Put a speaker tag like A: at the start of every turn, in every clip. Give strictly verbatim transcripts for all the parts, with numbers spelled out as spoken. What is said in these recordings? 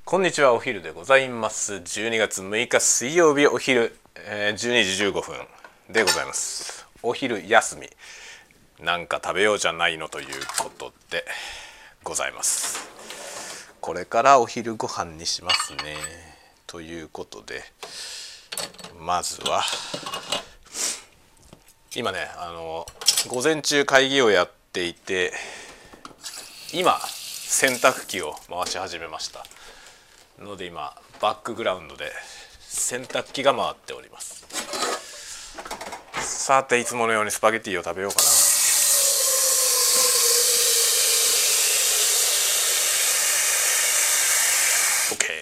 A: こんにちは、お昼でございます。じゅうにがつむいか水曜日お昼、えー、じゅうにじじゅうごふんでございます。お昼休み、なんか食べようじゃないのということでございます。これからお昼ご飯にしますね。ということで、まずは今ね、あの午前中会議をやっていて、今洗濯機を回し始めましたので、今バックグラウンドで洗濯機が回っております。さて、いつものようにスパゲティを食べようかな。OK。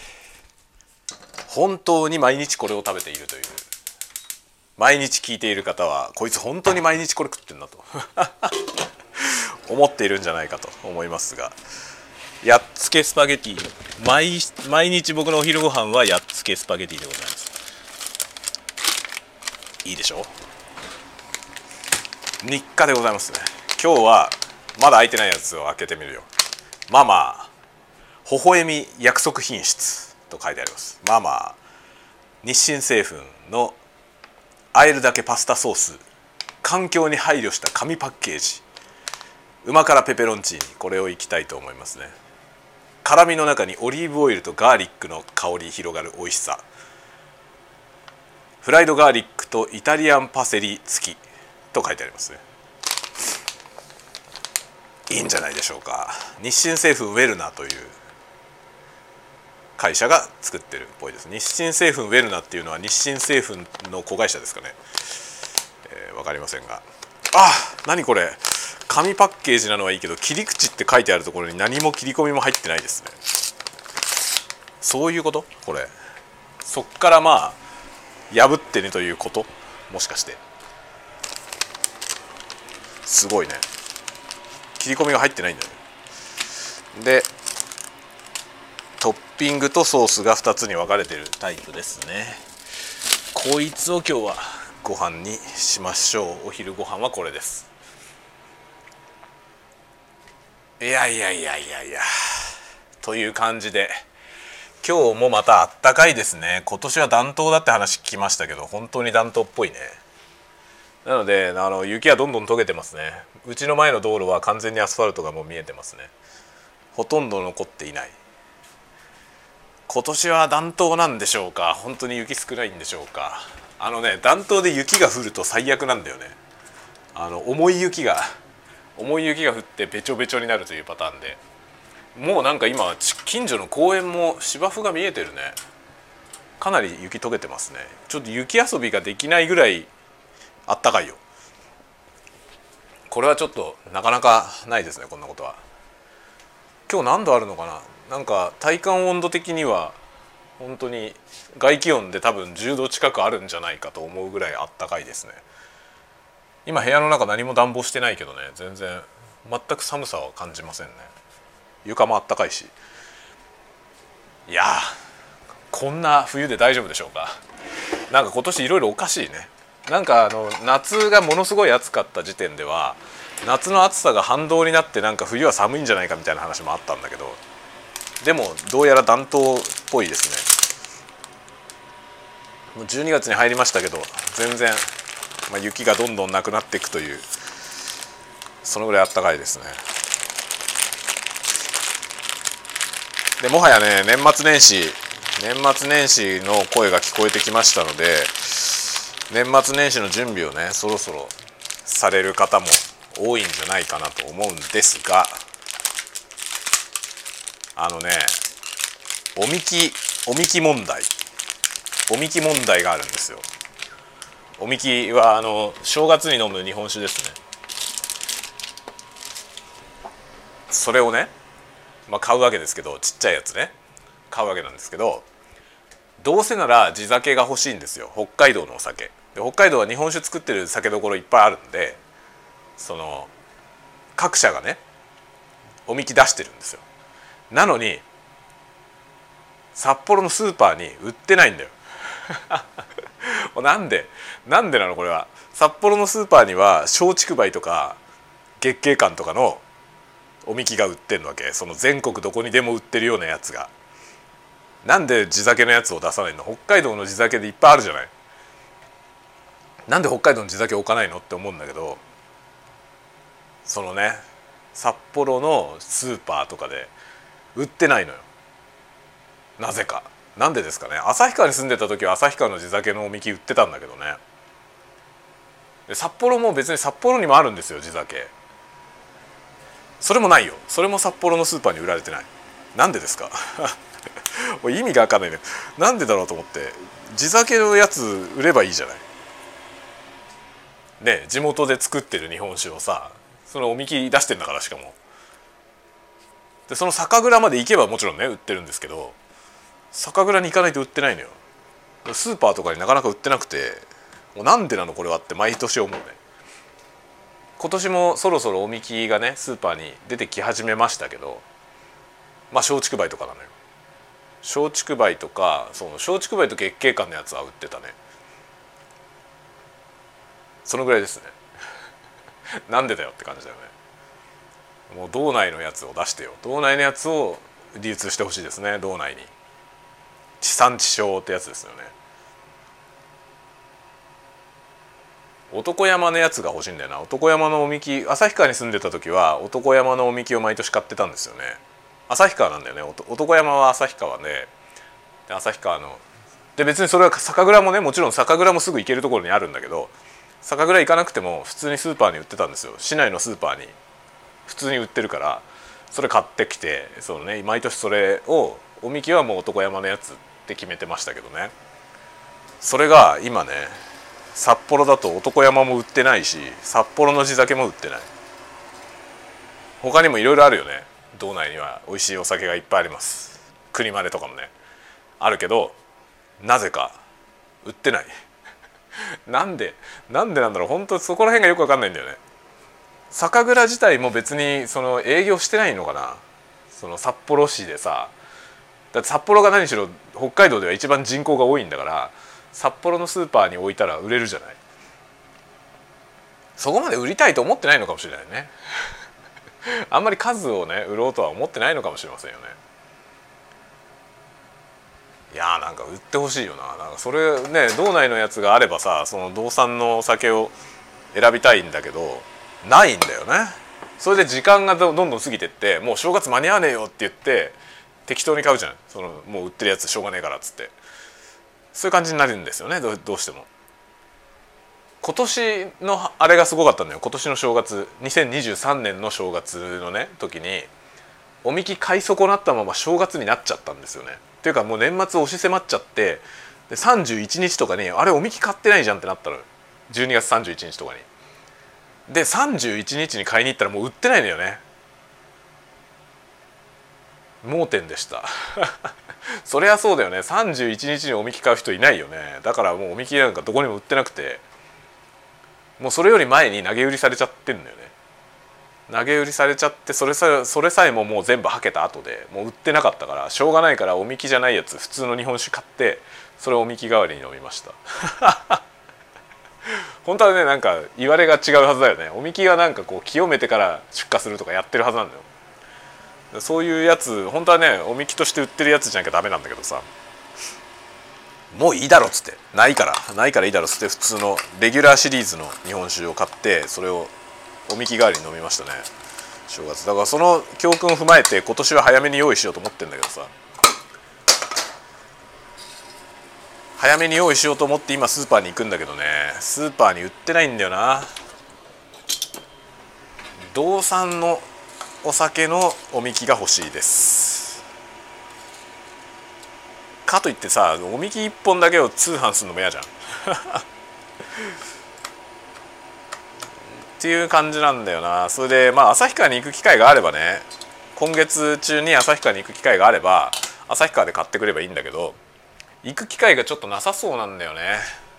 A: 本当に毎日これを食べているという、毎日聞いている方はこいつ本当に毎日これ食ってんだと思っているんじゃないかと思いますが、やっつけスパゲティ、 毎, 毎日僕のお昼ご飯はやっつけスパゲティでございます。いいでしょう。日課でございますね。今日はまだ開いてないやつを開けてみるよ。ママ微笑み約束品質と書いてあります。ママ日清製粉の和えるだけパスタソース、環境に配慮した紙パッケージ、うま辛ペペロンチーニ、これをいきたいと思いますね。辛みの中にオリーブオイルとガーリックの香り広がる美味しさ、フライドガーリックとイタリアンパセリ付きと書いてありますね。いいんじゃないでしょうか。日清製粉ウェルナという会社が作ってるっぽいです。日清製粉ウェルナっていうのは日清製粉の子会社ですかね。えー、分かりませんが、あ、何これ、紙パッケージなのはいいけど、切り口って書いてあるところに何も切り込みも入ってないですね。そういうこと？これそっからまあ破ってねということ？もしかしてすごいね、切り込みが入ってないんだよね。でトッピングとソースがふたつに分かれてるタイプですね。こいつを今日はご飯にしましょう。お昼ご飯はこれです。いやいやいやいやいやという感じで、今日もまたあったかいですね。今年は暖冬だって話聞きましたけど、本当に暖冬っぽいね。なのであの雪はどんどん溶けてますね。うちの前の道路は完全にアスファルトがもう見えてますね。ほとんど残っていない。今年は暖冬なんでしょうか。本当に雪少ないんでしょうか。あのね、暖冬で雪が降ると最悪なんだよね。あの重い雪が重い雪が降ってべちょべちょになるというパターンで、もうなんか今近所の公園も芝生が見えてるね。かなり雪溶けてますね。ちょっと雪遊びができないぐらいあったかいよ。これはちょっとなかなかないですね、こんなことは。今日何度あるのかな。なんか体感温度的には本当に外気温で多分じゅうど近くあるんじゃないかと思うぐらいあったかいですね。今部屋の中何も暖房してないけどね、全然全く寒さは感じませんね。床もあったかいし。いやー、こんな冬で大丈夫でしょうか。なんか今年いろいろおかしいね。なんかあの夏がものすごい暑かった時点では、夏の暑さが反動になってなんか冬は寒いんじゃないかみたいな話もあったんだけど、でもどうやら暖冬っぽいですね。もうじゅうにがつに入りましたけど、全然、まあ、雪がどんどんなくなっていくという、そのぐらい暖かいですね。でもはやね、年末年始年末年始の声が聞こえてきましたので、年末年始の準備をね、そろそろされる方も多いんじゃないかなと思うんですが、あのね、おみきおみき問題おみき問題があるんですよ。おみきはあの正月に飲む日本酒ですね。それをね、まあ、買うわけですけど、ちっちゃいやつね買うわけなんですけど、どうせなら地酒が欲しいんですよ。北海道のお酒で、北海道は日本酒作ってる酒どころいっぱいあるんで、その各社がねおみき出してるんですよ。なのに札幌のスーパーに売ってないんだよなんでなんでなのこれは。札幌のスーパーには松竹梅とか月桂冠とかのおみきが売ってるわけ。その全国どこにでも売ってるようなやつが。 なんで地酒のやつを出さないの？北海道の地酒でいっぱいあるじゃない。なんで北海道の地酒置かないのって思うんだけど、そのね札幌のスーパーとかで売ってないのよ、なぜか。なんでですかね。旭川に住んでた時は旭川の地酒のおみき売ってたんだけどね。で札幌も別に札幌にもあるんですよ地酒。それもないよ。それも札幌のスーパーに売られてない。なんでですか意味が分かんないね。なんでだろうと思って。地酒のやつ売ればいいじゃない。ね、地元で作ってる日本酒をさ、そのおみき出してんだから。しかもでその酒蔵まで行けばもちろんね売ってるんですけど、酒蔵に行かないと売ってないのよ。スーパーとかになかなか売ってなくて、もうなんでなのこれはって毎年思うね。今年もそろそろおみきがねスーパーに出てき始めましたけど、まあ松竹梅とかなのよ。松竹梅とか、その松竹梅と月桂冠のやつは売ってたね。そのぐらいですねなんでだよって感じだよね。もう道内のやつを出してよ。道内のやつを流通してほしいですね。道内に地産地消ってやつですよね。男山のやつが欲しいんだよな。男山のおみき、旭川に住んでた時は男山のおみきを毎年買ってたんですよね。旭川なんだよね。男山は旭川で、で旭川ので別にそれは酒蔵もね、もちろん酒蔵もすぐ行けるところにあるんだけど、酒蔵行かなくても普通にスーパーに売ってたんですよ。市内のスーパーに普通に売ってるから、それ買ってきて、そのね毎年それを、おみきはもう男山のやつって決めてましたけどね。それが今ね札幌だと男山も売ってないし、札幌の地酒も売ってない。他にもいろいろあるよね。道内には美味しいお酒がいっぱいあります。国までとかもねあるけど、なぜか売ってないなんでなんでなんだろう。本当そこら辺がよく分かんないんだよね。酒蔵自体も別にその営業してないのかな。その札幌市でさ、だって札幌が何しろ北海道では一番人口が多いんだから、札幌のスーパーに置いたら売れるじゃない。そこまで売りたいと思ってないのかもしれないねあんまり数をね売ろうとは思ってないのかもしれませんよね。いやーなんか売ってほしいよな。なんかそれね道内のやつがあればさ、その道産のお酒を選びたいんだけどないんだよね。それで時間がどんどん過ぎてって、もう正月間に合わねえよって言って適当に買うじゃん。そのもう売ってるやつしょうがねえからっつって、そういう感じになるんですよね。 ど, どうしても今年のあれがすごかったんだよ。今年の正月にせんにじゅうさんねんの正月のね時におみき買い損なったまま正月になっちゃったんですよね。っていうかもう年末押し迫っちゃって、でさんじゅういちにちとかにあれおみき買ってないじゃんってなったのよ。じゅうにがつさんじゅういちにちとかに。でさんじゅういちにちに買いに行ったらもう売ってないのよね。盲点でしたそりゃそうだよね。さんじゅういちにちにおみき買う人いないよね。だからもうおみきなんかどこにも売ってなくて、もうそれより前に投げ売りされちゃってんだよね。投げ売りされちゃって、それさそれさえももう全部はけた後でもう売ってなかったからしょうがないから、おみきじゃないやつ普通の日本酒買ってそれをおみき代わりに飲みました本当はねなんか言われが違うはずだよね。おみきはなんかこう清めてから出荷するとかやってるはずなんだよ。そういうやつ本当はねおみきとして売ってるやつじゃなきゃダメなんだけどさ、もういいだろっつって、ないからないからいいだろっつって普通のレギュラーシリーズの日本酒を買って、それをおみき代わりに飲みましたね正月。だからその教訓を踏まえて今年は早めに用意しようと思ってんだけどさ、早めに用意しようと思って今スーパーに行くんだけどね、スーパーに売ってないんだよな。道産のお酒のおみきが欲しいです。かといってさおみきいっぽんだけを通販するのも嫌じゃんっていう感じなんだよな。それでまあ旭川に行く機会があればね、今月中に旭川に行く機会があれば旭川で買ってくればいいんだけど、行く機会がちょっとなさそうなんだよね。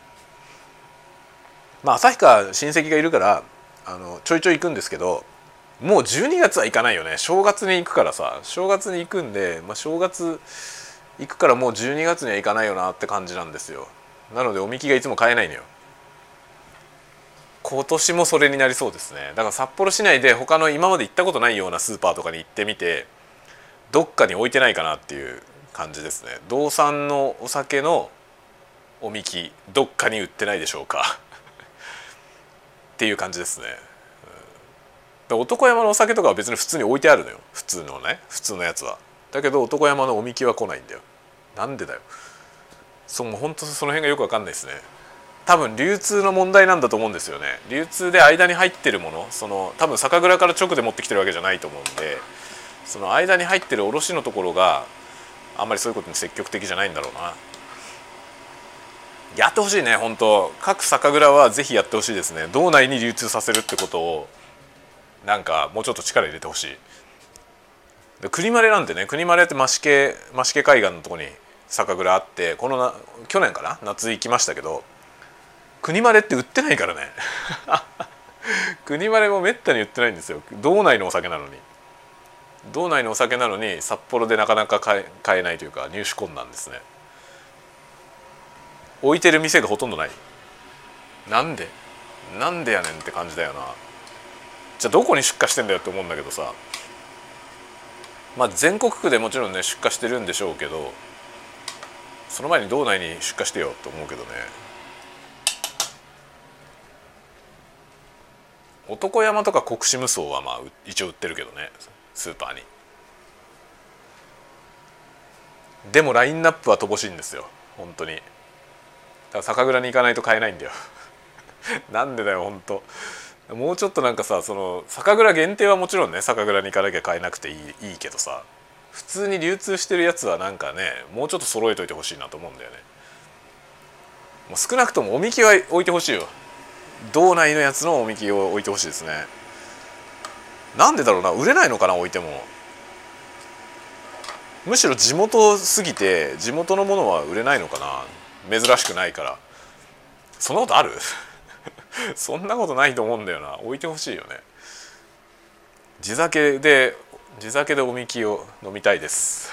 A: まあ旭川親戚がいるからあのちょいちょい行くんですけど、もうじゅうにがつは行かないよね。正月に行くからさ、正月に行くんで、まあ、正月行くからもうじゅうにがつには行かないよなって感じなんですよ。なのでおみきがいつも買えないのよ。今年もそれになりそうですね。だから札幌市内で他の今まで行ったことないようなスーパーとかに行ってみて、どっかに置いてないかなっていう感じですね。道産のお酒のおみきどっかに売ってないでしょうかっていう感じですね。うん、男山のお酒とかは別に普通に置いてあるのよ、普通のね、普通のやつは。だけど男山のおみきは来ないんだよ。なんでだよ。そう、もう本当その辺がよく分かんないですね。多分流通の問題なんだと思うんですよね。流通で間に入ってるもの、その多分酒蔵から直で持ってきてるわけじゃないと思うんで、その間に入ってる卸のところがあんまりそういうことに積極的じゃないんだろうな。やってほしいね、本当。各酒蔵はぜひやってほしいですね。道内に流通させるってことをなんかもうちょっと力入れてほしい。で国丸なんてね、国丸って増毛増毛海岸のところに酒蔵あって、このな去年かな夏行きましたけど、国丸って売ってないからね国丸もめったに売ってないんですよ。道内のお酒なのに道内のお酒なのに札幌でなかなか買え、買えないというか入手困難ですね。置いてる店がほとんどない。なんでなんでやねんって感じだよな。じゃあどこに出荷してんだよって思うんだけどさ、まあ全国区でもちろんね出荷してるんでしょうけど、その前に道内に出荷してよと思うけどね。男山とか国士無双はまあ一応売ってるけどね、スーパーに。でもラインナップは乏しいんですよ本当に。だから酒蔵に行かないと買えないんだよなんでだよ本当。もうちょっとなんかさ、その酒蔵限定はもちろんね、酒蔵に行かなきゃ買えなくていい、いいけどさ、普通に流通してるやつはなんかね、もうちょっと揃えといてほしいなと思うんだよね。もう少なくともおみきは置いてほしいよ。道内のやつのおみきを置いてほしいですね。なんでだろうな、売れないのかな置いても。むしろ地元すぎて地元のものは売れないのかな、珍しくないから。そんなことあるそんなことないと思うんだよな。置いてほしいよね。地酒で地酒でおみきを飲みたいです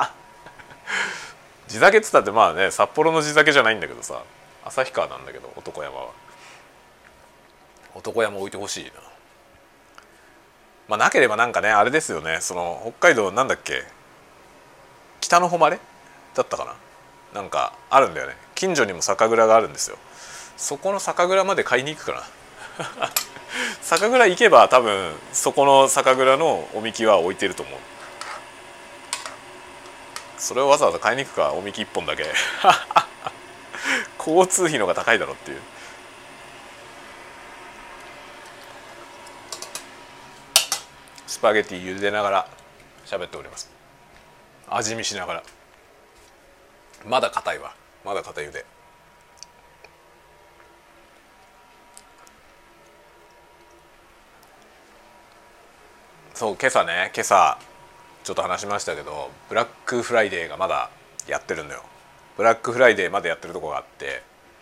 A: 地酒っつったってまあね、札幌の地酒じゃないんだけどさ、旭川なんだけど、男山は。男山置いてほしいな。まあなければなんかね、あれですよね、その北海道なんだっけ、北の誉れだったかな、なんかあるんだよね。近所にも酒蔵があるんですよ。そこの酒蔵まで買いに行くかな酒蔵行けば多分そこの酒蔵のおみきは置いてると思う。それをわざわざ買いに行くか、おみきいっぽんだけ交通費の方が高いだろっていう。スパゲティ茹でながら喋っております。味見しながら。まだ硬いわ、まだ硬い茹で。そう、今朝ね、今朝ちょっと話しましたけど、ブラックフライデーがまだやってるのよ。ブラックフライデーまでやってるとこがあって、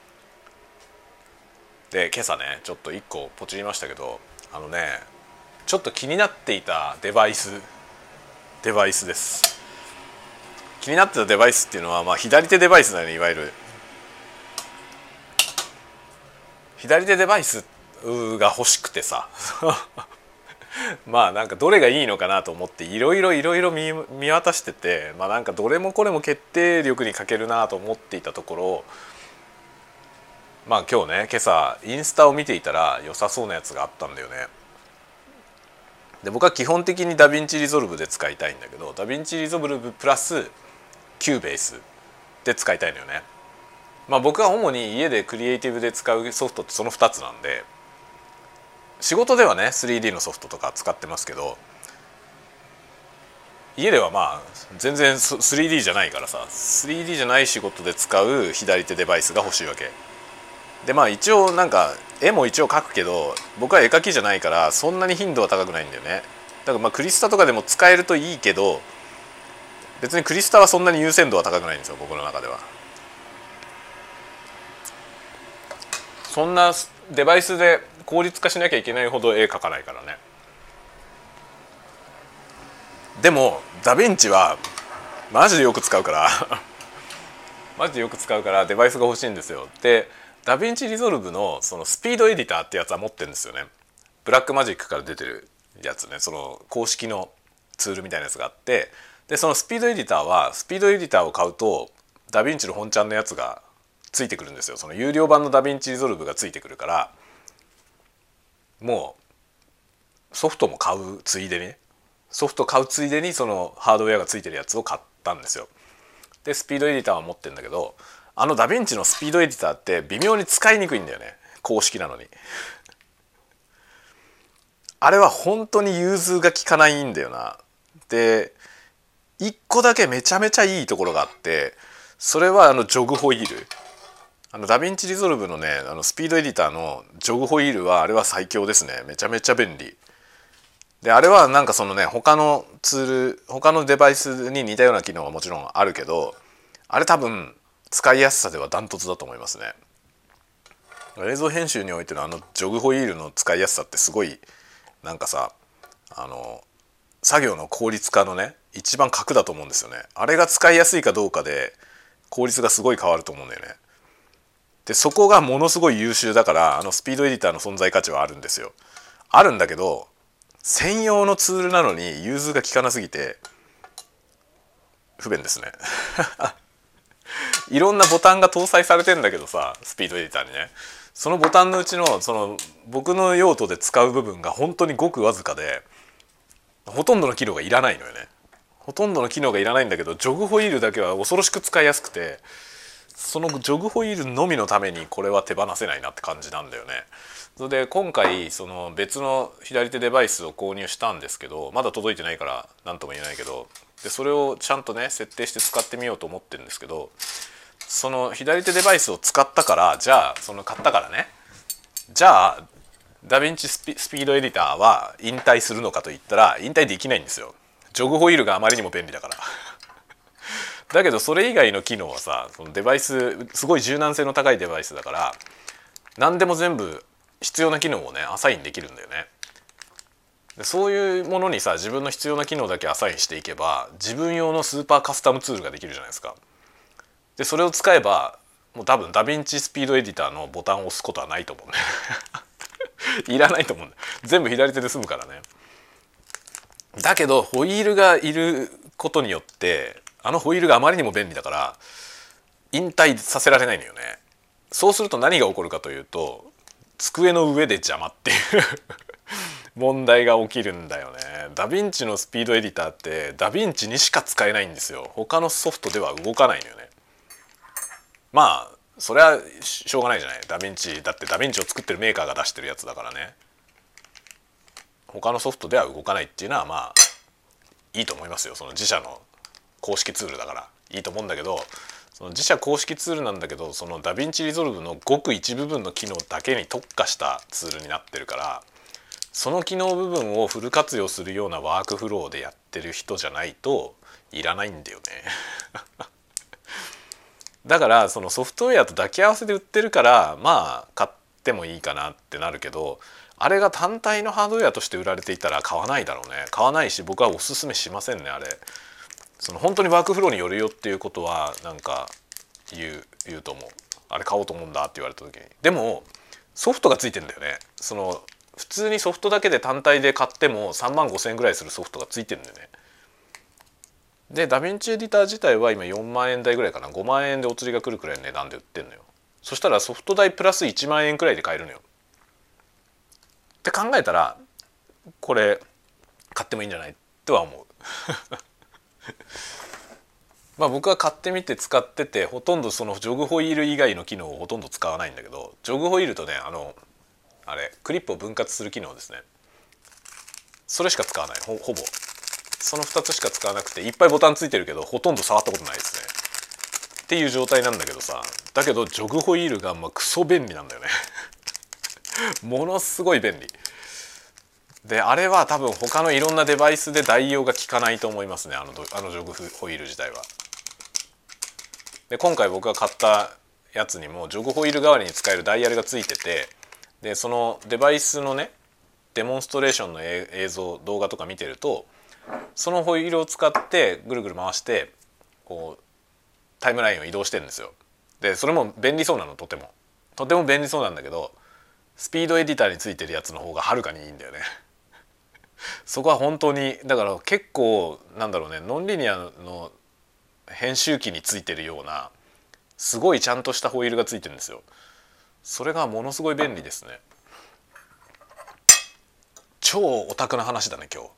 A: で今朝ねちょっといっこポチりましたけど、あのねちょっと気になっていたデバイスデバイスです。気になってたデバイスっていうのは、まあ、左手デバイスだよね、いわゆる左手デバイスが欲しくてさまあなんかどれがいいのかなと思っていろいろいろいろ見渡してて、まあなんかどれもこれも決定力に欠けるなと思っていたところ、まあ今日ね今朝インスタを見ていたら良さそうなやつがあったんだよね。で僕は基本的にダヴィンチリゾルブで使いたいんだけど、ダヴィンチリゾルブプラスキューベースで使いたいのよね。まあ僕は主に家でクリエイティブで使うソフトってそのふたつなんで、仕事ではね スリーディー のソフトとか使ってますけど、家ではまあ全然 スリーディー じゃないからさ、 スリーディー じゃない仕事で使う左手デバイスが欲しいわけで、まあ一応なんか絵も一応描くけど、僕は絵描きじゃないからそんなに頻度は高くないんだよね。だからまあクリスタとかでも使えるといいけど、別にクリスタはそんなに優先度は高くないんですよ、僕の中では。そんなデバイスで効率化しなきゃいけないほど絵描かないからね。でもダヴィンチはマジでよく使うからマジでよく使うからデバイスが欲しいんですよ。でダヴィンチリゾルブのそのスピードエディターってやつは持ってるんですよね。ブラックマジックから出てるやつね、その公式のツールみたいなやつがあって、 でそのスピードエディターはスピードエディターを買うとダヴィンチの本ちゃんのやつがついてくるんですよ。その有料版のダヴィンチリゾルブがついてくるから、もうソフトも買うついでにねソフト買うついでにそのハードウェアがついてるやつを買ったんですよ。でスピードエディターは持ってるんだけど、あのダヴィンチのスピードエディターって微妙に使いにくいんだよね、公式なのに。あれは本当に融通が利かないんだよな。でいっこだけめちゃめちゃいいところがあって、それはあのジョグホイール、あのダヴィンチリゾルブのねあのスピードエディターのジョグホイールはあれは最強ですね。めちゃめちゃ便利で、あれはなんかそのね他のツール他のデバイスに似たような機能はもちろんあるけど、あれ多分使いやすさではダントツだと思いますね。映像編集においてのあのジョグホイールの使いやすさってすごいなんかさ、あの作業の効率化のね一番核だと思うんですよね。あれが使いやすいかどうかで効率がすごい変わると思うんだよね。でそこがものすごい優秀だから、あのスピードエディターの存在価値はあるんですよ。あるんだけど専用のツールなのに融通が利かなすぎて不便ですね。いろんなボタンが搭載されてんだけどさ、スピードエディターにね、そのボタンのうちのその僕の用途で使う部分が本当にごくわずかで、ほとんどの機能がいらないのよね。ほとんどの機能がいらないんだけど、ジョグホイールだけは恐ろしく使いやすくて、そのジョグホイールのみのためにこれは手放せないなって感じなんだよね。それで今回その別の左手デバイスを購入したんですけど、まだ届いてないから何とも言えないけど、でそれをちゃんとね設定して使ってみようと思ってるんですけど、その左手デバイスを使ったから、じゃあその買ったからね、じゃあダヴィンチスピ、スピードエディターは引退するのかといったら引退できないんですよ。ジョグホイールがあまりにも便利だから。だけどそれ以外の機能はさ、そのデバイスすごい柔軟性の高いデバイスだから、何でも全部必要な機能をねアサインできるんだよね。でそういうものにさ自分の必要な機能だけアサインしていけば、自分用のスーパーカスタムツールができるじゃないですか。でそれを使えばもう多分ダヴィンチスピードエディターのボタンを押すことはないと思うんだよ。いらないと思うんだよ。全部左手で済むからね。だけどホイールがいることによって、あのホイールがあまりにも便利だから引退させられないのよね。そうすると何が起こるかというと、机の上で邪魔っていう問題が起きるんだよね。ダヴィンチのスピードエディターってダヴィンチにしか使えないんですよ。他のソフトでは動かないのよね。まあそれはしょうがないじゃない。ダヴィンチだってダヴィンチを作ってるメーカーが出してるやつだからね。他のソフトでは動かないっていうのはまあいいと思いますよ。その自社の公式ツールだからいいと思うんだけど、その自社公式ツールなんだけど、そのダヴィンチリゾルブのごく一部分の機能だけに特化したツールになってるから、その機能部分をフル活用するようなワークフローでやってる人じゃないといらないんだよね。だからそのソフトウェアと抱き合わせで売ってるからまあ買ってもいいかなってなるけど、あれが単体のハードウェアとして売られていたら買わないだろうね。買わないし僕はおすすめしませんね。あれその本当にワークフローによるよっていうことはなんか言う言うと思う。あれ買おうと思うんだって言われた時に、でもソフトがついてんだよね。その普通にソフトだけで単体で買ってもさんまんごせんえんぐらいするソフトがついてるんだよね。でダヴィンチエディター自体は今よんまんえん台ぐらいかな、ごまんえんでお釣りが来るくらいの値段で売ってんのよ。そしたらソフト代プラスいちまんえんくらいで買えるのよ。って考えたらこれ買ってもいいんじゃないとは思う。まあ僕は買ってみて使ってて、ほとんどそのジョグホイール以外の機能をほとんど使わないんだけど、ジョグホイールとねあのあれクリップを分割する機能ですね、それしか使わない。 ほ, ほぼそのふたつしか使わなくて、いっぱいボタンついてるけどほとんど触ったことないですねっていう状態なんだけどさ、だけどジョグホイールがまあクソ便利なんだよね。ものすごい便利で、あれは多分他のいろんなデバイスで代用が効かないと思いますね、あのあのジョグホイール自体は。で今回僕が買ったやつにもジョグホイール代わりに使えるダイヤルがついてて、でそのデバイスのねデモンストレーションの映像動画とか見てると、そのホイールを使ってぐるぐる回してこうタイムラインを移動してるんですよ。でそれも便利そうなの、とてもとても便利そうなんだけど、スピードエディターについてるやつの方がはるかにいいんだよね。 そこは本当にだから結構なんだろうね、ノンリニアの編集機についてるようなすごいちゃんとしたホイールがついてるんですよ。それがものすごい便利ですね。超オタクな話だね今日。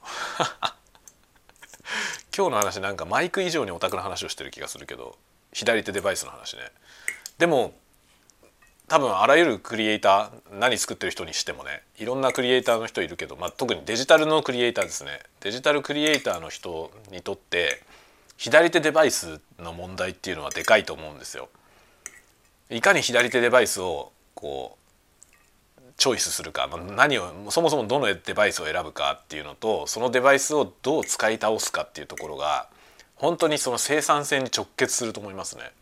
A: 今日の話なんかマイク以上にオタクな話をしてる気がするけど、左手デバイスの話ね。でも多分あらゆるクリエイター、何作ってる人にしてもね、いろんなクリエイターの人いるけど、まあ、特にデジタルのクリエイターですね。デジタルクリエイターの人にとって左手デバイスの問題っていうのはでかいと思うんですよ。いかに左手デバイスをこうチョイスするか、何をそもそもどのデバイスを選ぶかっていうのと、そのデバイスをどう使い倒すかっていうところが本当にその生産性に直結すると思いますね。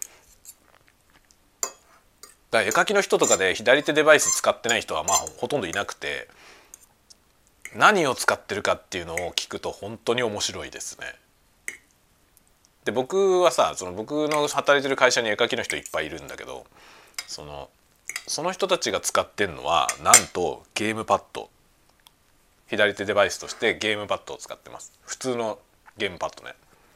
A: だから絵描きの人とかで左手デバイス使ってない人はまあほとんどいなくて、何を使ってるかっていうのを聞くと本当に面白いですね。で僕はさ、その僕の働いてる会社に絵描きの人いっぱいいるんだけど、そのその人たちが使ってるのはなんとゲームパッド、左手デバイスとしてゲームパッドを使ってます。普通のゲームパッドね。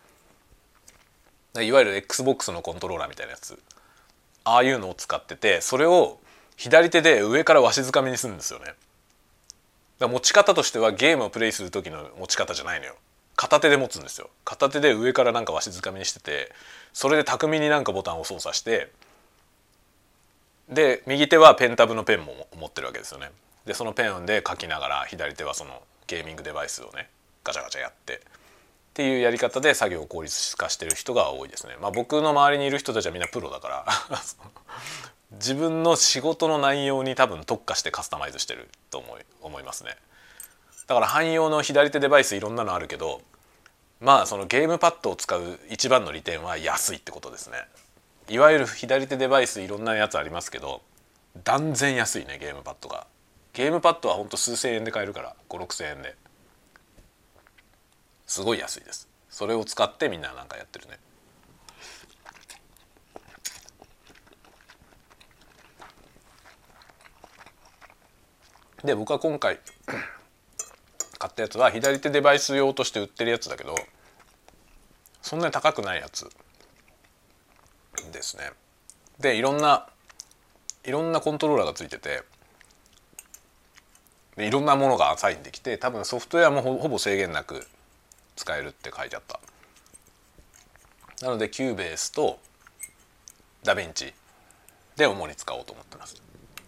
A: いわゆる エックスボックス のコントローラーみたいなやつ、ああいうのを使ってて、それを左手で上からわしづかみにするんですよね。だから持ち方としてはゲームをプレイする時の持ち方じゃないのよ。片手で持つんですよ。片手で上からなんかわしづかみにしてて、それで巧みになんかボタンを操作して、で右手はペンタブのペンも持ってるわけですよね。でそのペンで書きながら左手はそのゲーミングデバイスをねガチャガチャやってっていうやり方で作業を効率化してる人が多いですね。まあ僕の周りにいる人たちはみんなプロだから自分の仕事の内容に多分特化してカスタマイズしてると思い思いますね。だから汎用の左手デバイスいろんなのあるけど、まあそのゲームパッドを使う一番の利点は安いってことですね。いわゆる左手デバイスいろんなやつありますけど、断然安いねゲームパッドが。ゲームパッドはほんと数千円で買えるから、ご、ろくせんえんですごい安いです。それを使ってみんななんかやってるね。で僕は今回買ったやつは左手デバイス用として売ってるやつだけど、そんなに高くないやつですね。でいろんないろんなコントローラーがついてて、でいろんなものがアサインできて、多分ソフトウェアも ほ, ほぼ制限なく使えるって書いてあった。なのでキューベースとダヴィンチで主に使おうと思ってます。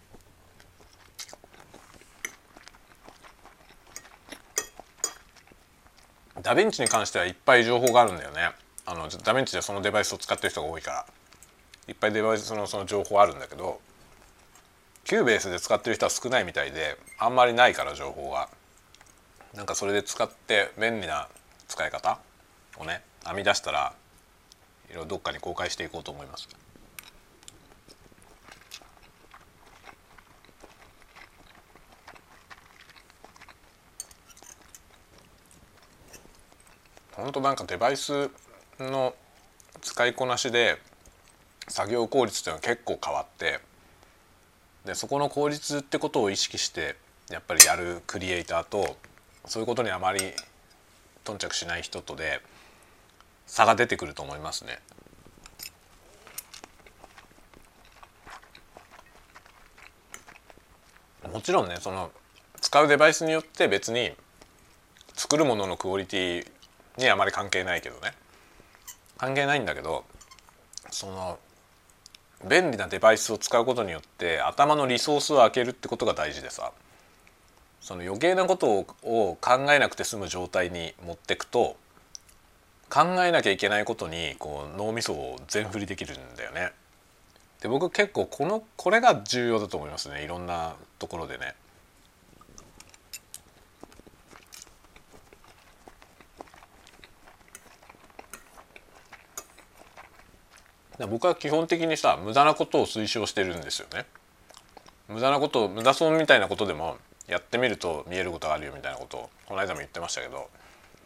A: ダヴィンチに関してはいっぱい情報があるんだよね。あのダヴィンチでそのデバイスを使ってる人が多いからいっぱいデバイスそのその情報あるんだけど、キューベースで使ってる人は少ないみたいで、あんまりないから情報が。なんかそれで使って便利な使い方をね編み出したら、いろいろどっかに公開していこうと思います。ほんとなんかデバイスの使いこなしで作業効率っていうのは結構変わって、でそこの効率ってことを意識してやっぱりやるクリエイターと、そういうことにあまり頓着しない人とで差が出てくると思いますね。もちろんね、その使うデバイスによって別に作るもののクオリティにあまり関係ないけどね関係ないんだけど、その便利なデバイスを使うことによって頭のリソースを空けるってことが大事でさ、その余計なことをを考えなくて済む状態に持ってくと、考えなきゃいけないことにこう脳みそを全振りできるんだよね。で僕結構このこれが重要だと思いますね、いろんなところでね。僕は基本的にさ無駄なことを推奨してるんですよね。無駄なこと無駄損みたいなことでもやってみると見えることがあるよみたいなことをこの間も言ってましたけど、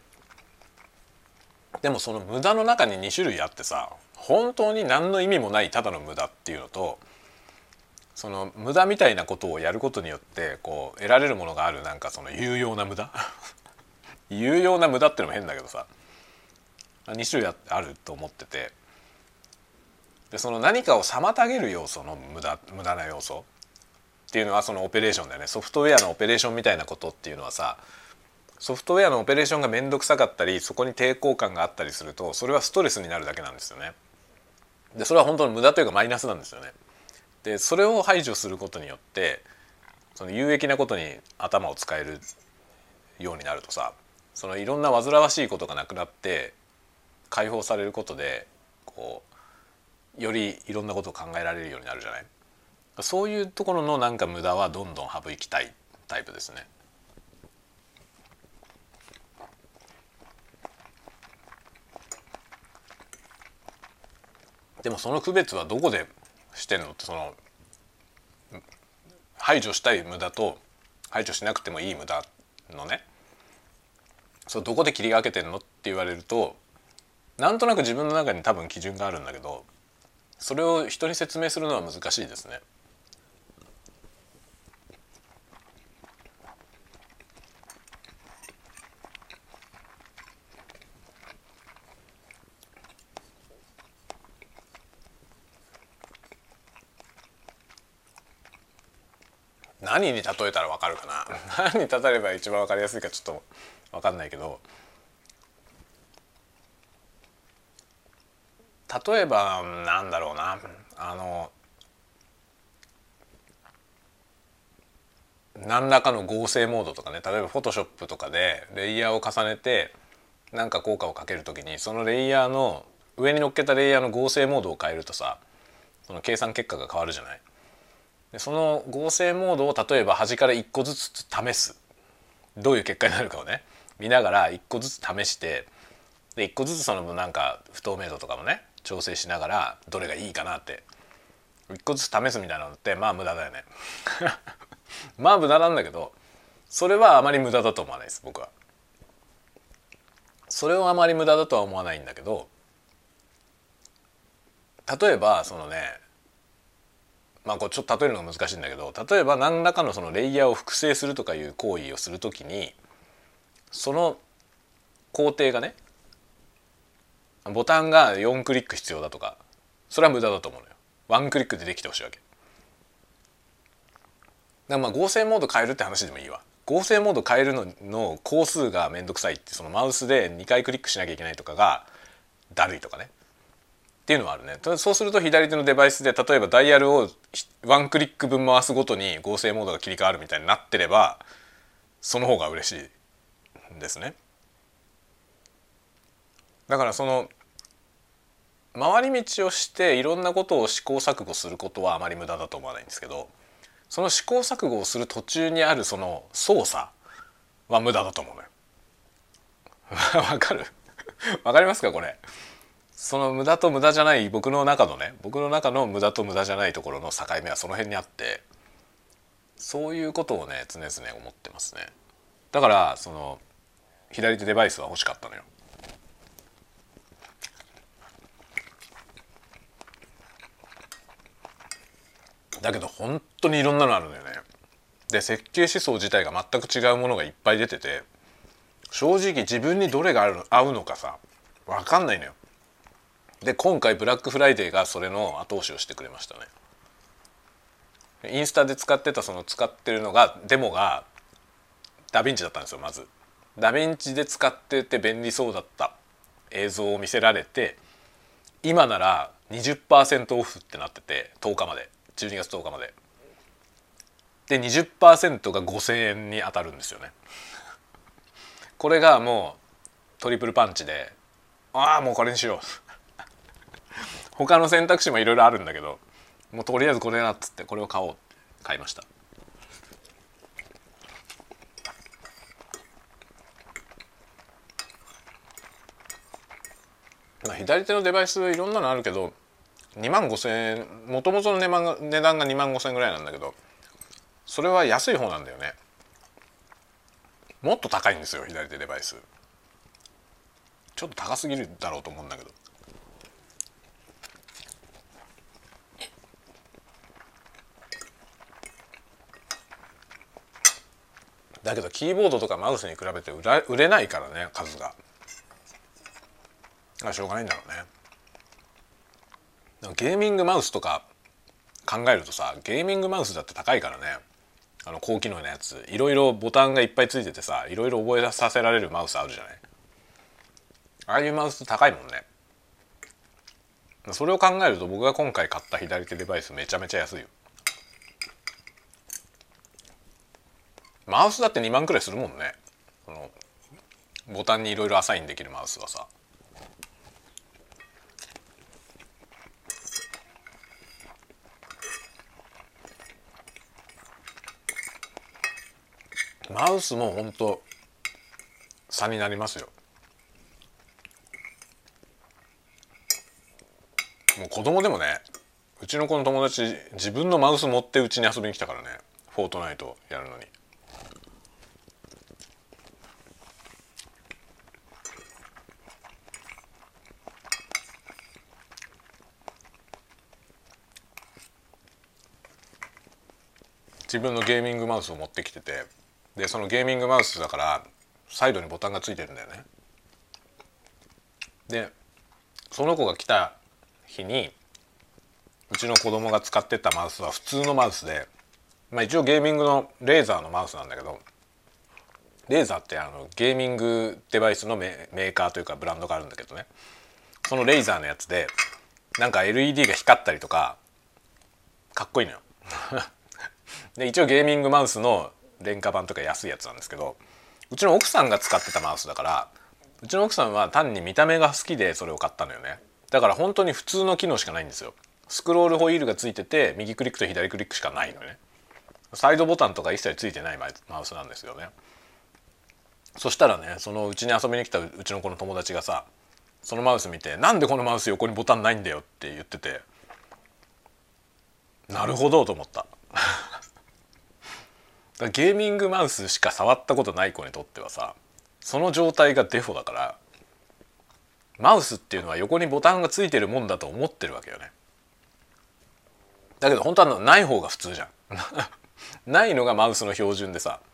A: でもその無駄の中にに種類あってさ、本当に何の意味もないただの無駄っていうのと、 その無駄みたいなことをやることによってこう得られるものがある、なんかその有用な無駄有用な無駄ってのも変だけどさ、に種類あると思ってて、でその何かを妨げる要素の無駄無駄な要素っていうのはそのオペレーションだよね。ソフトウェアのオペレーションみたいなことっていうのはさ、ソフトウェアのオペレーションが面倒くさかったりそこに抵抗感があったりすると、それはストレスになるだけなんですよね。でそれは本当に無駄というかマイナスなんですよね。でそれを排除することによってその有益なことに頭を使えるようになるとさ、そのいろんな煩わしいことがなくなって解放されることでこうよりいろんなことを考えられるようになるじゃない。そういうところのなんか無駄はどんどん省きたいタイプですね。でもその区別はどこでしてんのって、その排除したい無駄と排除しなくてもいい無駄のね、そうどこで切り分けてんのって言われると、なんとなく自分の中に多分基準があるんだけど、それを人に説明するのは難しいですね。何に例えたら分かるかな何に例えれば一番分かりやすいかちょっと分かんないけど、例えばなんだろうな、あの何らかの合成モードとかね、例えばフォトショップとかでレイヤーを重ねて何か効果をかけるときに、そのレイヤーの上に乗っけたレイヤーの合成モードを変えるとさ、その計算結果が変わるじゃない。でその合成モードを例えば端からいっこずつ試す、どういう結果になるかをね見ながらいっこずつ試して、でいっこずつそのなんか不透明度とかもね調整しながらどれがいいかなっていっこずつ試すみたいなのってまあ無駄だよねまあ無駄なんだけど、それはあまり無駄だと思わないです僕は。それをあまり無駄だとは思わないんだけど、例えばそのね、まあこれちょっと例えるのが難しいんだけど、例えば何らかのそのレイヤーを複製するとかいう行為をするときに、その工程がねボタンがよんクリック必要だとか、それは無駄だと思うのよ。ワンクリックでできてほしいわけだから。まあ合成モード変えるって話でもいいわ。合成モード変えるのの工数がめんどくさいって、そのマウスでにかいクリックしなきゃいけないとかがだるいとかねっていうのはあるね。そうすると左手のデバイスで例えばダイヤルをワンクリック分回すごとに合成モードが切り替わるみたいになってれば、その方が嬉しいですね。だからその回り道をしていろんなことを試行錯誤することはあまり無駄だと思わないんですけど、その試行錯誤をする途中にあるその操作は無駄だと思うのよわかるわかりますかこれ。その無駄と無駄じゃない僕の中のね僕の中の無駄と無駄じゃないところの境目はその辺にあって、そういうことをね常々思ってますね。だからその左手デバイスは欲しかったのよ。だけど本当にいろんなのあるのよね。で設計思想自体が全く違うものがいっぱい出てて、正直自分にどれが合うのかさ分かんないのよ。で今回ブラックフライデーがそれの後押しをしてくれましたね。インスタで使ってたその使ってるのがデモがダヴィンチだったんですよ。まずダヴィンチで使ってて便利そうだった映像を見せられて、今なら にじゅっパーセント オフってなってて、とおかまでじゅうにがつとおかまでで にじゅっパーセント がごせんえんに当たるんですよね。これがもうトリプルパンチで、ああもうこれにしよう他の選択肢もいろいろあるんだけど、もうとりあえずこれなっつってこれを買おうって買いました。まあ、左手のデバイスいろんなのあるけどにまんごせんえん、もともとの値段が値段がにまんごせんえんぐらいなんだけど、それは安い方なんだよね。もっと高いんですよ左手デバイス。ちょっと高すぎるだろうと思うんだけど、 だけどキーボードとかマウスに比べて売ら売れないからね、数が。あ、しょうがないんだろうね。ゲーミングマウスとか考えるとさ、ゲーミングマウスだって高いからね。あの高機能なやつ、いろいろボタンがいっぱいついててさ、いろいろ覚えさせられるマウスあるじゃない。ああいうマウス高いもんね。それを考えると僕が今回買った左手デバイスめちゃめちゃ安いよ。マウスだってにまんくらいするもんね。このボタンにいろいろアサインできるマウスはさ。マウスもほんと差になりますよ。もう子供でもね、うちの子の友達自分のマウス持ってうちに遊びに来たからね、フォートナイトやるのに。自分のゲーミングマウスを持ってきてて、でそのゲーミングマウスだからサイドにボタンがついてるんだよね。でその子が来た日にうちの子供が使ってたマウスは普通のマウスで、まあ、一応ゲーミングのレーザーのマウスなんだけど、レーザーってあのゲーミングデバイスのメーカーというかブランドがあるんだけどね、そのレーザーのやつでなんか エルイーディー が光ったりとかかっこいいのよで一応ゲーミングマウスの廉価版とか安いやつなんですけど、うちの奥さんが使ってたマウスだから、うちの奥さんは単に見た目が好きでそれを買ったのよね。だから本当に普通の機能しかないんですよ。スクロールホイールがついてて右クリックと左クリックしかないのね。サイドボタンとか一切ついてないマウスなんですよね。そしたらね、そのうちに遊びに来たうちの子の友達がさ、そのマウス見て「なんでこのマウス横にボタンないんだよ」って言ってて、なるほどと思ったゲーミングマウスしか触ったことない子にとってはさ、その状態がデフォだから、マウスっていうのは横にボタンがついてるもんだと思ってるわけよね。だけど本当はない方が普通じゃんないのがマウスの標準でさ。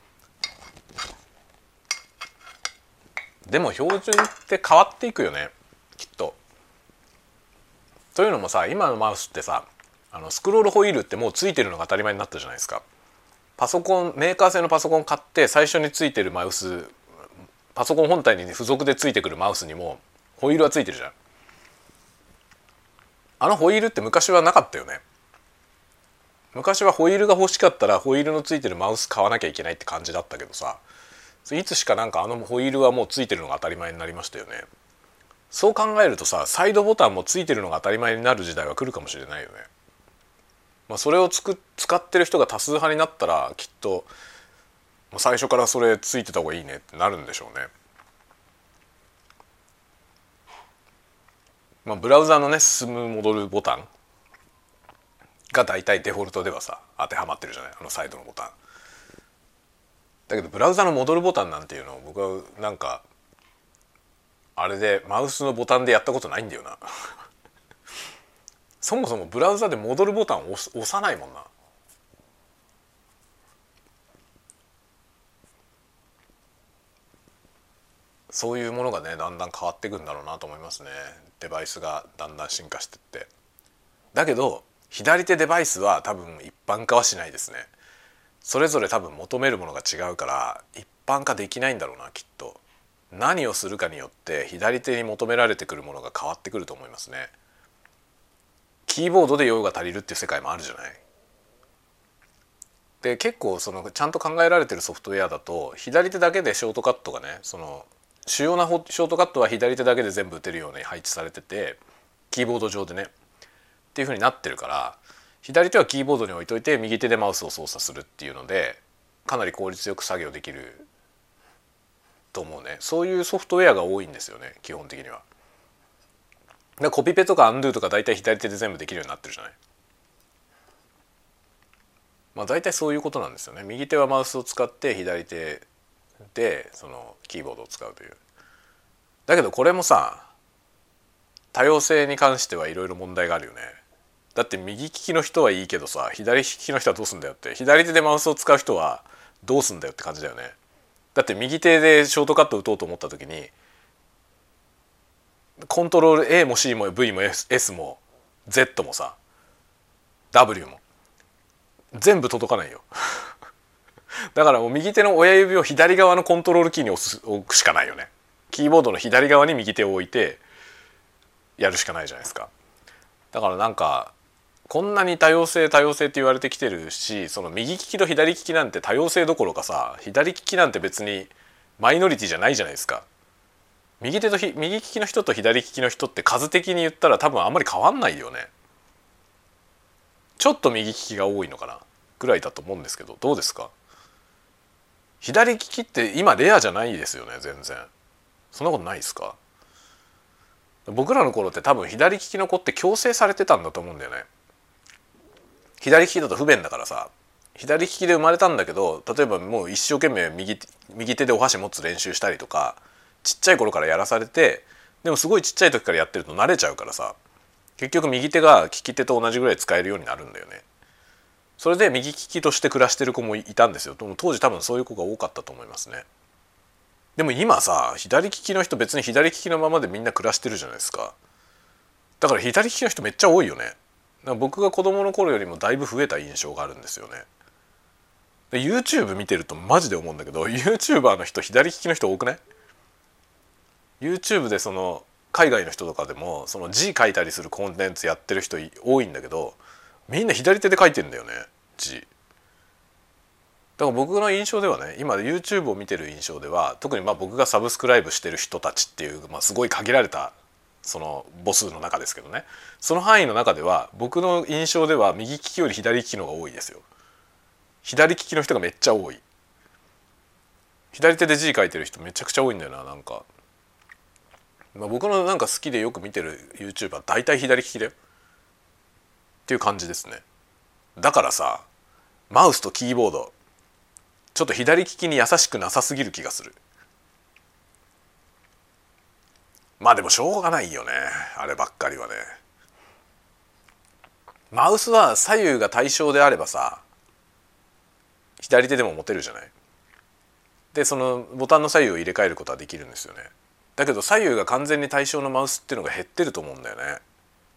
A: でも標準って変わっていくよね、きっと。というのもさ、今のマウスってさ、あのスクロールホイールってもうついてるのが当たり前になったじゃないですか。パソコン、メーカー製のパソコン買って最初についてるマウス、パソコン本体に付属でついてくるマウスにもホイールはついてるじゃん。あのホイールって昔はなかったよね。昔はホイールが欲しかったらホイールのついてるマウス買わなきゃいけないって感じだったけどさ、いつしかなんかあのホイールはもうついてるのが当たり前になりましたよね。そう考えるとさ、サイドボタンもついてるのが当たり前になる時代は来るかもしれないよね。まあ、それをつく使ってる人が多数派になったらきっと最初からそれついてた方がいいねってなるんでしょうね。まあ、ブラウザのね進む戻るボタンが大体デフォルトではさ当てはまってるじゃない、あのサイドのボタン。だけどブラウザの戻るボタンなんていうのを僕はなんかあれでマウスのボタンでやったことないんだよなそもそもブラウザで戻るボタンを押押さないもんな。そういうものがねだんだん変わっていくんだろうなと思いますね。デバイスがだんだん進化してって。だけど左手デバイスは多分一般化はしないですね。それぞれ多分求めるものが違うから一般化できないんだろうな、きっと。何をするかによって左手に求められてくるものが変わってくると思いますね。キーボードで用が足りるっていう世界もあるじゃない。で結構そのちゃんと考えられてるソフトウェアだと左手だけでショートカットがね、その主要なショートカットは左手だけで全部打てるように配置されてて、キーボード上でねっていう風になってるから、左手はキーボードに置いといて右手でマウスを操作するっていうのでかなり効率よく作業できると思うね。そういうソフトウェアが多いんですよね、基本的には。でコピペとかアンドゥとか大体左手で全部できるようになってるじゃない。まあ大体そういうことなんですよね。右手はマウスを使って左手でそのキーボードを使うという。だけどこれもさ、多様性に関してはいろいろ問題があるよね。だって右利きの人はいいけどさ、左利きの人はどうすんだよって。左手でマウスを使う人はどうすんだよって感じだよね。 だって右手でショートカット打とうと思った時にコントロール A も C も V も S も Z もさ W も全部届かないよだからもう右手の親指を左側のコントロールキーに押す置くしかないよね。キーボードの左側に右手を置いてやるしかないじゃないですか。だからなんかこんなに多様性多様性って言われてきてるし、その右利きと左利きなんて多様性どころかさ、左利きなんて別にマイノリティじゃないじゃないですか。右手とひ右利きの人と左利きの人って数的に言ったら多分あんまり変わんないよね。ちょっと右利きが多いのかなぐらいだと思うんですけど、どうですか？左利きって今レアじゃないですよね。全然そんなことないですか？僕らの頃って多分左利きの子って強制されてたんだと思うんだよね。左利きだと不便だからさ、左利きで生まれたんだけど、例えばもう一生懸命 右, 右手でお箸持つ練習したりとかちっちゃい頃からやらされて、でもすごいちっちゃい時からやってると慣れちゃうからさ、結局右手が利き手と同じぐらい使えるようになるんだよね。それで右利きとして暮らしてる子もいたんですよ。当時多分そういう子が多かったと思いますね。でも今さ、左利きの人別に左利きのままでみんな暮らしてるじゃないですか。だから左利きの人めっちゃ多いよね。僕が子供の頃よりもだいぶ増えた印象があるんですよね。で YouTube 見てるとマジで思うんだけど、 YouTuber の人左利きの人多くない？ YouTube でその海外の人とかでもその字書いたりするコンテンツやってる人多いんだけど、みんな左手で書いてんだよね、字。だから僕の印象ではね、今 YouTube を見てる印象では、特にまあ僕がサブスクライブしてる人たちっていう、まあ、すごい限られたその母数の中ですけどね、その範囲の中では僕の印象では右利きより左利きの方が多いですよ。左利きの人がめっちゃ多い。左手で字書いてる人めちゃくちゃ多いんだよな。なんか、まあ、僕のなんか好きでよく見てる YouTuber 大体左利きだよっていう感じですね。だからさ、マウスとキーボードちょっと左利きに優しくなさすぎる気がする。まあでもしょうがないよね、あればっかりはね。マウスは左右が対称であればさ、左手でも持てるじゃない。でそのボタンの左右を入れ替えることはできるんですよね。だけど左右が完全に対称のマウスっていうのが減ってると思うんだよね。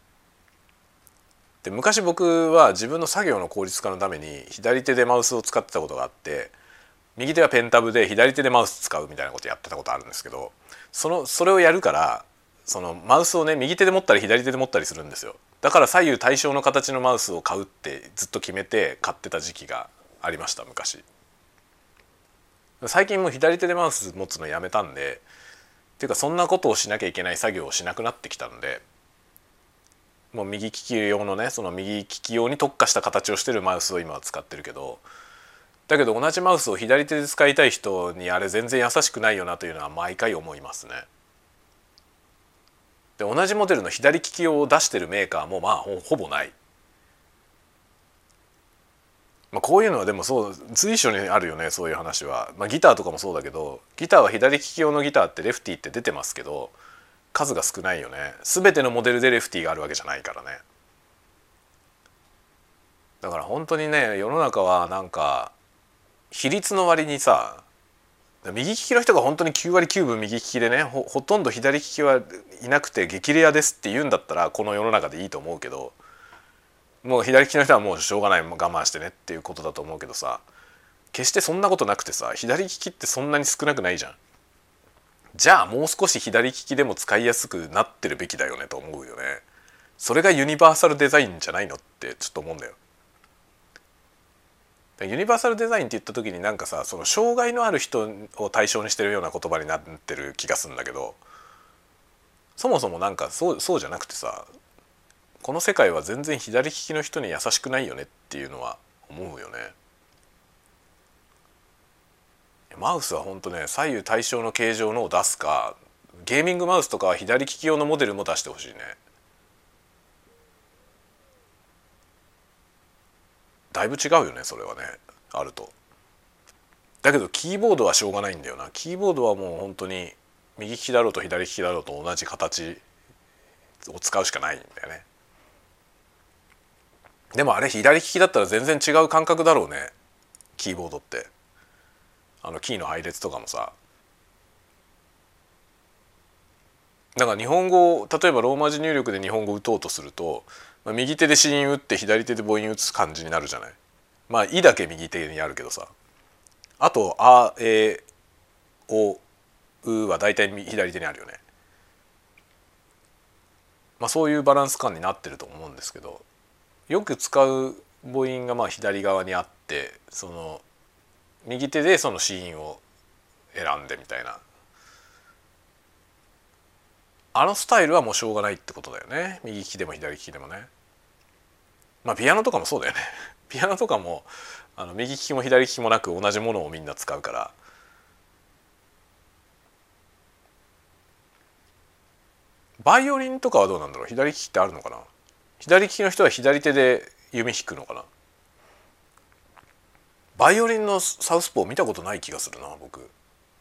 A: で昔僕は自分の作業の効率化のために左手でマウスを使ってたことがあって、右手はペンタブで左手でマウス使うみたいなことやってたことあるんですけど、そのそれをやるからそのマウスをね、右手で持ったり左手で持ったりするんですよ。だから左右対称の形のマウスを買うってずっと決めて買ってた時期がありました、昔。最近もう左手でマウス持つのやめたんで、っていうかそんなことをしなきゃいけない作業をしなくなってきたので、もう右利き用のね、その右利き用に特化した形をしてるマウスを今は使ってるけど、だけど同じマウスを左手で使いたい人にあれ全然優しくないよなというのは毎回思いますね。で同じモデルの左利き用を出してるメーカーもまあ ほ, ほぼない。まあ、こういうのはでもそう随所にあるよね、そういう話は。まあ、ギターとかもそうだけど、ギターは左利き用のギターってレフティーって出てますけど数が少ないよね。全てのモデルでレフティーがあるわけじゃないからね。だから本当にね、世の中はなんか比率の割にさ、右利きの人が本当にきゅうわりきゅうぶ右利きでね、 ほ, ほとんど左利きはいなくて激レアですって言うんだったらこの世の中でいいと思うけど、もう左利きの人はもうしょうがない、もう我慢してねっていうことだと思うけどさ、決してそんなことなくてさ、左利きってそんなに少なくないじゃん。じゃあもう少し左利きでも使いやすくなってるべきだよねと思うよね。それがユニバーサルデザインじゃないのってちょっと思うんだよ。ユニバーサルデザインって言った時になんかさ、その障害のある人を対象にしてるような言葉になってる気がするんだけど、そもそもなんかそうそうじゃなくてさ、この世界は全然左利きの人に優しくないよねっていうのは思うよね。マウスは本当ね、左右対称の形状のを出すか、ゲーミングマウスとかは左利き用のモデルも出してほしいね。だいぶ違うよねそれはね、あると。だけどキーボードはしょうがないんだよな。キーボードはもう本当に右利きだろうと左利きだろうと同じ形を使うしかないんだよね。でもあれ左利きだったら全然違う感覚だろうね、キーボードって。 あのキーの配列とかもさ。だから日本語を例えばローマ字入力で日本語を打とうとすると、まあ、右手で子音打って左手で母音打つ感じになるじゃない。まあ「い」だけ右手にあるけどさ、あと「あ」「え」「お」「う」は大体左手にあるよね。まあそういうバランス感になってると思うんですけど、よく使う母音がまあ左側にあって、その右手でその子音を選んでみたいな、あのスタイルはもうしょうがないってことだよね。右利きでも左利きでもね。まあピアノとかもそうだよね。ピアノとかもあの右利きも左利きもなく同じものをみんな使うから。バイオリンとかはどうなんだろう。左利きってあるのかな。左利きの人は左手で弓弾くのかな。バイオリンのサウスポー見たことない気がするな僕。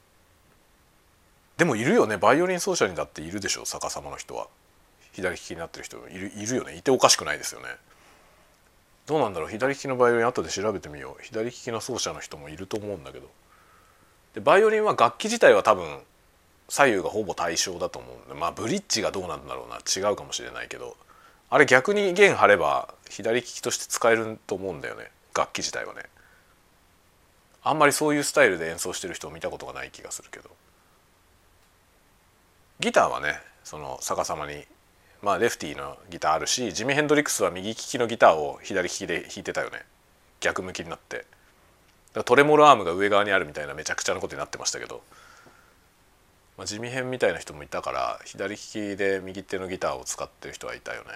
A: でもいるよね。バイオリン奏者にだっているでしょ、逆さまの人は。左利きになってる人いるいるよね。いておかしくないですよね。どうなんだろう。左利きのバイオリン後で調べてみよう。左利きの奏者の人もいると思うんだけど。でバイオリンは楽器自体は多分左右がほぼ対称だと思うんで、まあブリッジがどうなんだろうな、違うかもしれないけど、あれ逆に弦張れば左利きとして使えると思うんだよね、楽器自体はね。あんまりそういうスタイルで演奏してる人を見たことがない気がするけど、ギターはねその逆さまに、まあレフティーのギターあるし、ジミ・ヘンドリックスは右利きのギターを左利きで弾いてたよね、逆向きになって。だからトレモロアームが上側にあるみたいなめちゃくちゃなことになってましたけど、まあ、地味編みたいな人もいたから左利きで右手のギターを使ってる人はいたよね。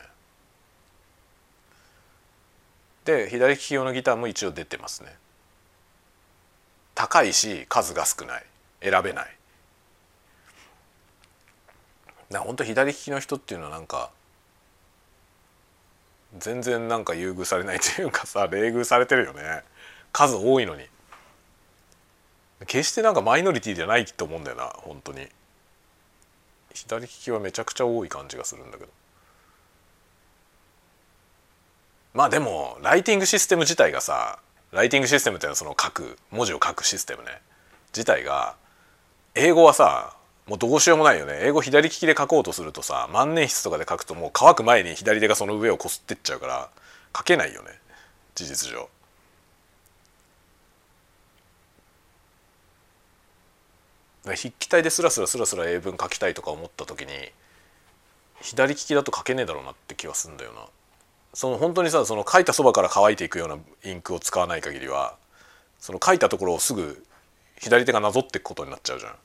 A: で左利き用のギターも一応出てますね。高いし数が少ない、選べない。だから本当左利きの人っていうのはなんか全然なんか優遇されないというかさ、冷遇されてるよね、数多いのに。決してなんかマイノリティじゃないと思うんだよな本当に。左利きはめちゃくちゃ多い感じがするんだけど、まあでもライティングシステム自体がさ、ライティングシステムっていうのはその書く文字を書くシステムね自体が、英語はさもうどうしようもないよね。英語左利きで書こうとするとさ、万年筆とかで書くともう乾く前に左手がその上をこすってっちゃうから書けないよね事実上。筆記体でスラスラスラスラ英文書きたいとか思った時に左利きだと書けねえだろうなって気はするんだよな。その本当にさ、その書いたそばから乾いていくようなインクを使わない限りは、その書いたところをすぐ左手がなぞっていくことになっちゃうじゃん。だ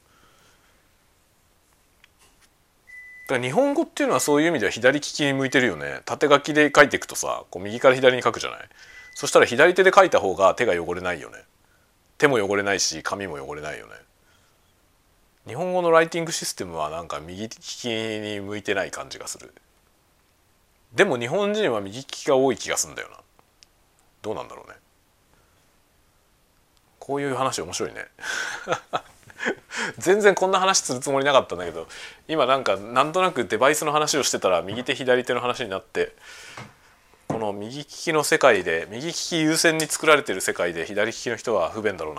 A: から日本語っていうのはそういう意味では左利きに向いてるよね。縦書きで書いていくとさ、こう右から左に書くじゃない。そしたら左手で書いた方が手が汚れないよね。手も汚れないし紙も汚れないよね。日本語のライティングシステムはなんか右利きに向いてない感じがする。でも日本人は右利きが多い気がするんだよな。どうなんだろうね。こういう話面白いね全然こんな話するつもりなかったんだけど、今なんかなんとなくデバイスの話をしてたら右手左手の話になって、この右利きの世界で右利き優先に作られてる世界で左利きの人は不便だろうなって、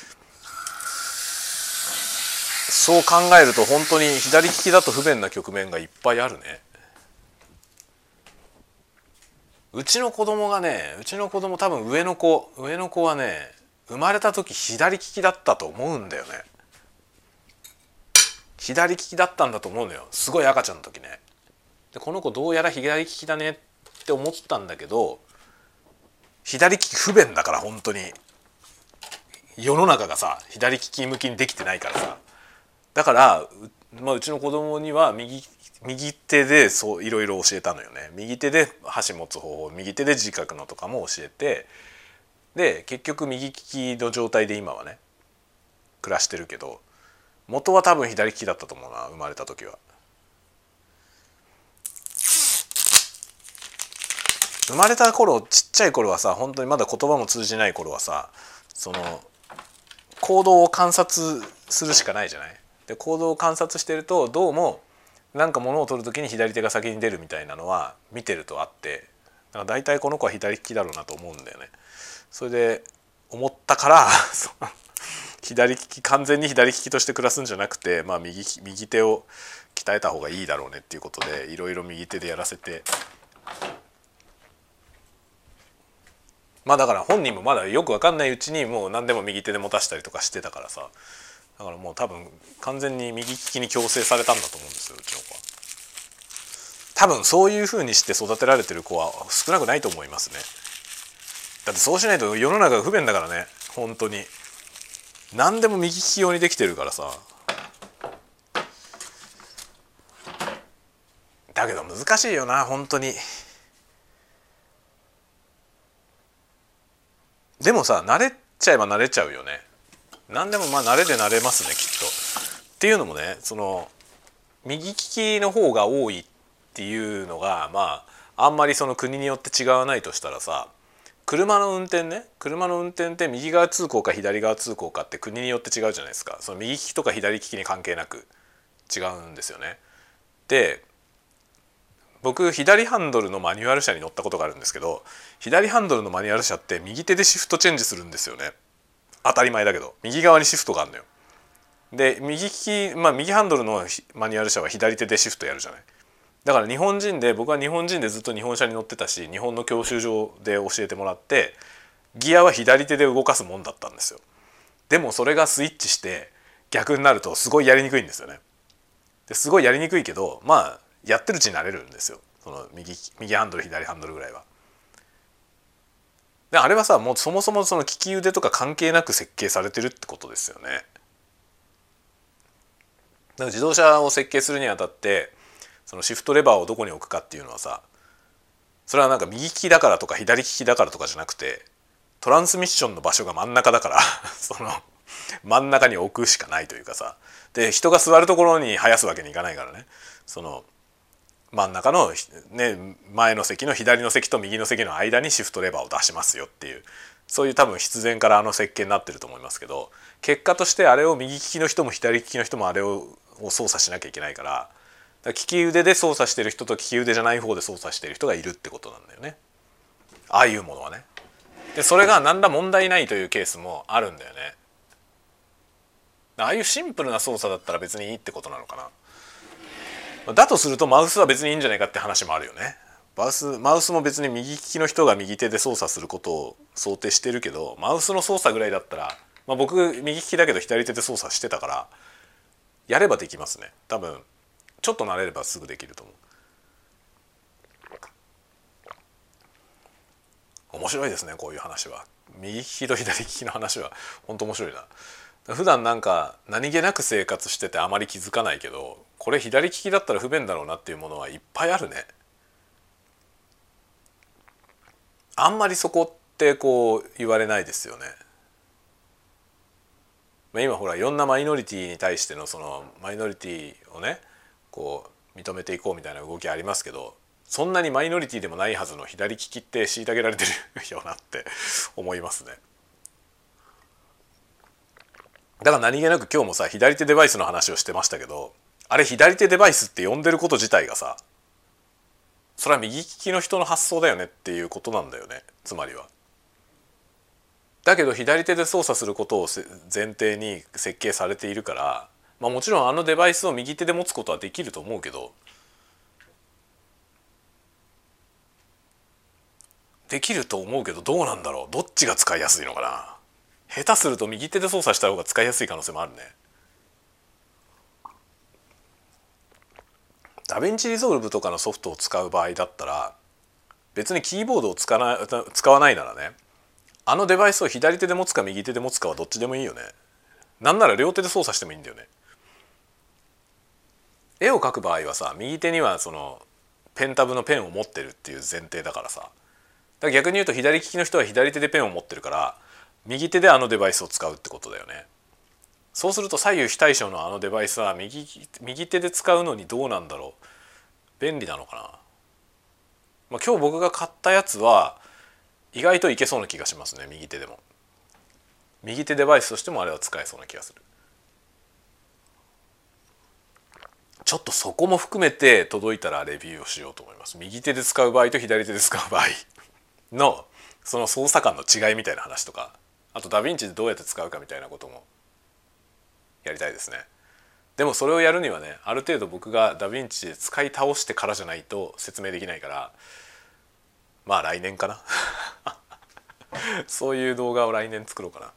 A: そう考えると本当に左利きだと不便な局面がいっぱいあるね。うちの子供がね、うちの子供多分上の子上の子はね、生まれた時左利きだったと思うんだよね。左利きだったんだと思うのよ、すごい赤ちゃんの時ね。でこの子どうやら左利きだねって思ったんだけど、左利き不便だから、本当に世の中がさ左利き向きにできてないからさ。だからう,、まあ、うちの子供には右右手でそういろいろ教えたのよね。右手で箸持つ方法、右手で字書くのとかも教えて、で結局右利きの状態で今はね暮らしてるけど、元は多分左利きだったと思うな、生まれた時は。生まれた頃、ちっちゃい頃はさ、本当にまだ言葉も通じない頃はさ、その行動を観察するしかないじゃない。で行動を観察してるとどうもなんか物を取る時に左手が先に出るみたいなのは見てるとあって、だから大体この子は左利きだろうなと思うんだよね。それで思ったから左利き完全に左利きとして暮らすんじゃなくて、まあ、右右手を鍛えた方がいいだろうねっていうことでいろいろ右手でやらせて、まあだから本人もまだよく分かんないうちにもう何でも右手で持たしたりとかしてたからさ、だからもう多分完全に右利きに強制されたんだと思うんですよ、うちの子は。多分そういう風にして育てられてる子は少なくないと思いますね。だってそうしないと世の中が不便だからね、本当に何でも右利き用にできてるからさ。だけど難しいよな本当に。でもさ慣れちゃえば慣れちゃうよね。何でもまあ慣れで慣れますねきっと。っていうのもね、その右利きの方が多いっていうのがまああんまりその国によって違わないとしたらさ、車の運転ね、車の運転って右側通行か左側通行かって国によって違うじゃないですか。その右利きとか左利きに関係なく違うんですよね。で僕左ハンドルのマニュアル車に乗ったことがあるんですけど、左ハンドルのマニュアル車って右手でシフトチェンジするんですよね。当たり前だけど右側にシフトがあるのよ。で右利き、まあ、右ハンドルのマニュアル車は左手でシフトやるじゃない。だから日本人で、僕は日本人でずっと日本車に乗ってたし、日本の教習所で教えてもらってギアは左手で動かすもんだったんですよ。でもそれがスイッチして逆になるとすごいやりにくいんですよね。ですごいやりにくいけどまあやってるうちになれるんですよ、その 右, 右ハンドル左ハンドルぐらいは。であれはさもうそもそもその利き腕とか関係なく設計されてるってことですよね。だから自動車を設計するにあたってそのシフトレバーをどこに置くかっていうのはさ、それはなんか右利きだからとか左利きだからとかじゃなくて、トランスミッションの場所が真ん中だからその真ん中に置くしかないというかさ、で人が座るところに生やすわけにいかないからね、その真ん中の、ね、前の席の左の席と右の席の間にシフトレバーを出しますよっていう、そういう多分必然からあの設計になってると思いますけど、結果としてあれを右利きの人も左利きの人もあれを操作しなきゃいけないから、だから利き腕で操作してる人と利き腕じゃない方で操作してる人がいるってことなんだよね、ああいうものはね。でそれが何ら問題ないというケースもあるんだよね。ああいうシンプルな操作だったら別にいいってことなのかな。だとするとマウスは別にいいんじゃないかって話もあるよね。マウス、マウスも別に右利きの人が右手で操作することを想定してるけど、マウスの操作ぐらいだったら、まあ、僕右利きだけど左手で操作してたからやればできますね。多分ちょっと慣れればすぐできると思う。面白いですねこういう話は。右利きと左利きの話は本当面白いな。普段なんか何気なく生活しててあまり気づかないけど、これ左利きだったら不便だろうなっていうものはいっぱいあるね。あんまりそこってこう言われないですよね。今ほらいろんなマイノリティに対してのそのマイノリティをねこう認めていこうみたいな動きありますけど、そんなにマイノリティでもないはずの左利きって虐げられてるよなって思いますね。だから何気なく今日もさ左手デバイスの話をしてましたけど、あれ左手デバイスって呼んでること自体がさ、それは右利きの人の発想だよねっていうことなんだよね、つまりは。だけど左手で操作することを前提に設計されているから、まあ、もちろんあのデバイスを右手で持つことはできると思うけど、できると思うけどどうなんだろう、どっちが使いやすいのかな。下手すると右手で操作した方が使いやすい可能性もあるね。ダヴィンチリゾルブとかのソフトを使う場合だったら別にキーボードを使わない、使わないならね、あのデバイスを左手で持つか右手で持つかはどっちでもいいよね。なんなら両手で操作してもいいんだよね。絵を描く場合はさ右手にはそのペンタブのペンを持ってるっていう前提だからさ、だから逆に言うと左利きの人は左手でペンを持ってるから右手であのデバイスを使うってことだよね。そうすると左右非対称のあのデバイスは右、右手で使うのにどうなんだろう、便利なのかな。まあ、今日僕が買ったやつは意外といけそうな気がしますね。右手でも右手デバイスとしてもあれは使えそうな気がする。ちょっとそこも含めて届いたらレビューをしようと思います。右手で使う場合と左手で使う場合のその操作感の違いみたいな話とか、あとダヴィンチでどうやって使うかみたいなこともやりたいですね。でもそれをやるにはね、ある程度僕がダヴィンチで使い倒してからじゃないと説明できないから、まあ来年かなそういう動画を来年作ろうかな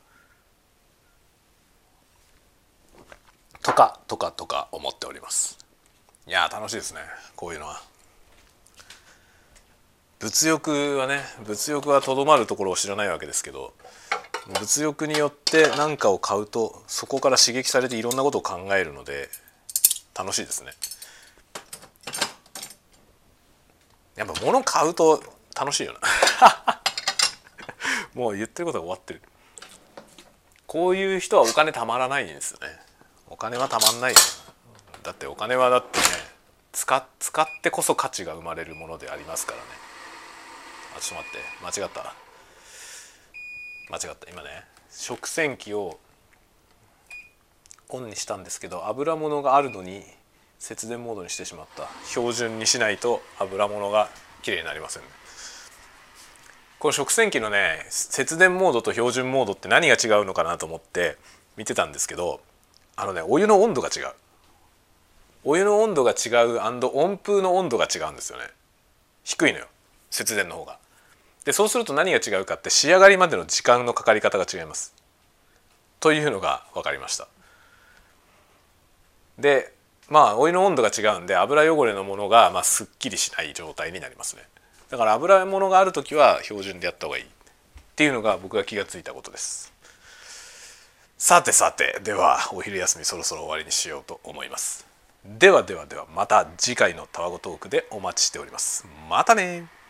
A: とかとかとか思っております。いや楽しいですね、こういうのは。物欲はね、物欲はとどまるところを知らないわけですけど、物欲によって何かを買うとそこから刺激されていろんなことを考えるので楽しいですね。やっぱ物買うと楽しいよなもう言ってることが終わってる。こういう人はお金たまらないんですよね。お金はたまんないよ。だってお金はだってね、使, 使ってこそ価値が生まれるものでありますからね。あ、ちょっと待って、間違った間違った今ね、食洗機をオンにしたんですけど、油物があるのに節電モードにしてしまった。標準にしないと油物がきれいになりませんね。この食洗機のね、節電モードと標準モードって何が違うのかなと思って見てたんですけど、あのね、お湯の温度が違う。お湯の温度が違う&温風の温度が違うんですよね。低いのよ、節電の方が。でそうすると何が違うかって、仕上がりまでの時間のかかり方が違いますというのが分かりました。でまあお湯の温度が違うんで、油汚れのものがまあすっきりしない状態になりますね。だから油物があるときは標準でやった方がいいっていうのが僕が気がついたことです。さてさて、ではお昼休みそろそろ終わりにしようと思います。ではではでは、また次回のたわごトークでお待ちしております。またね。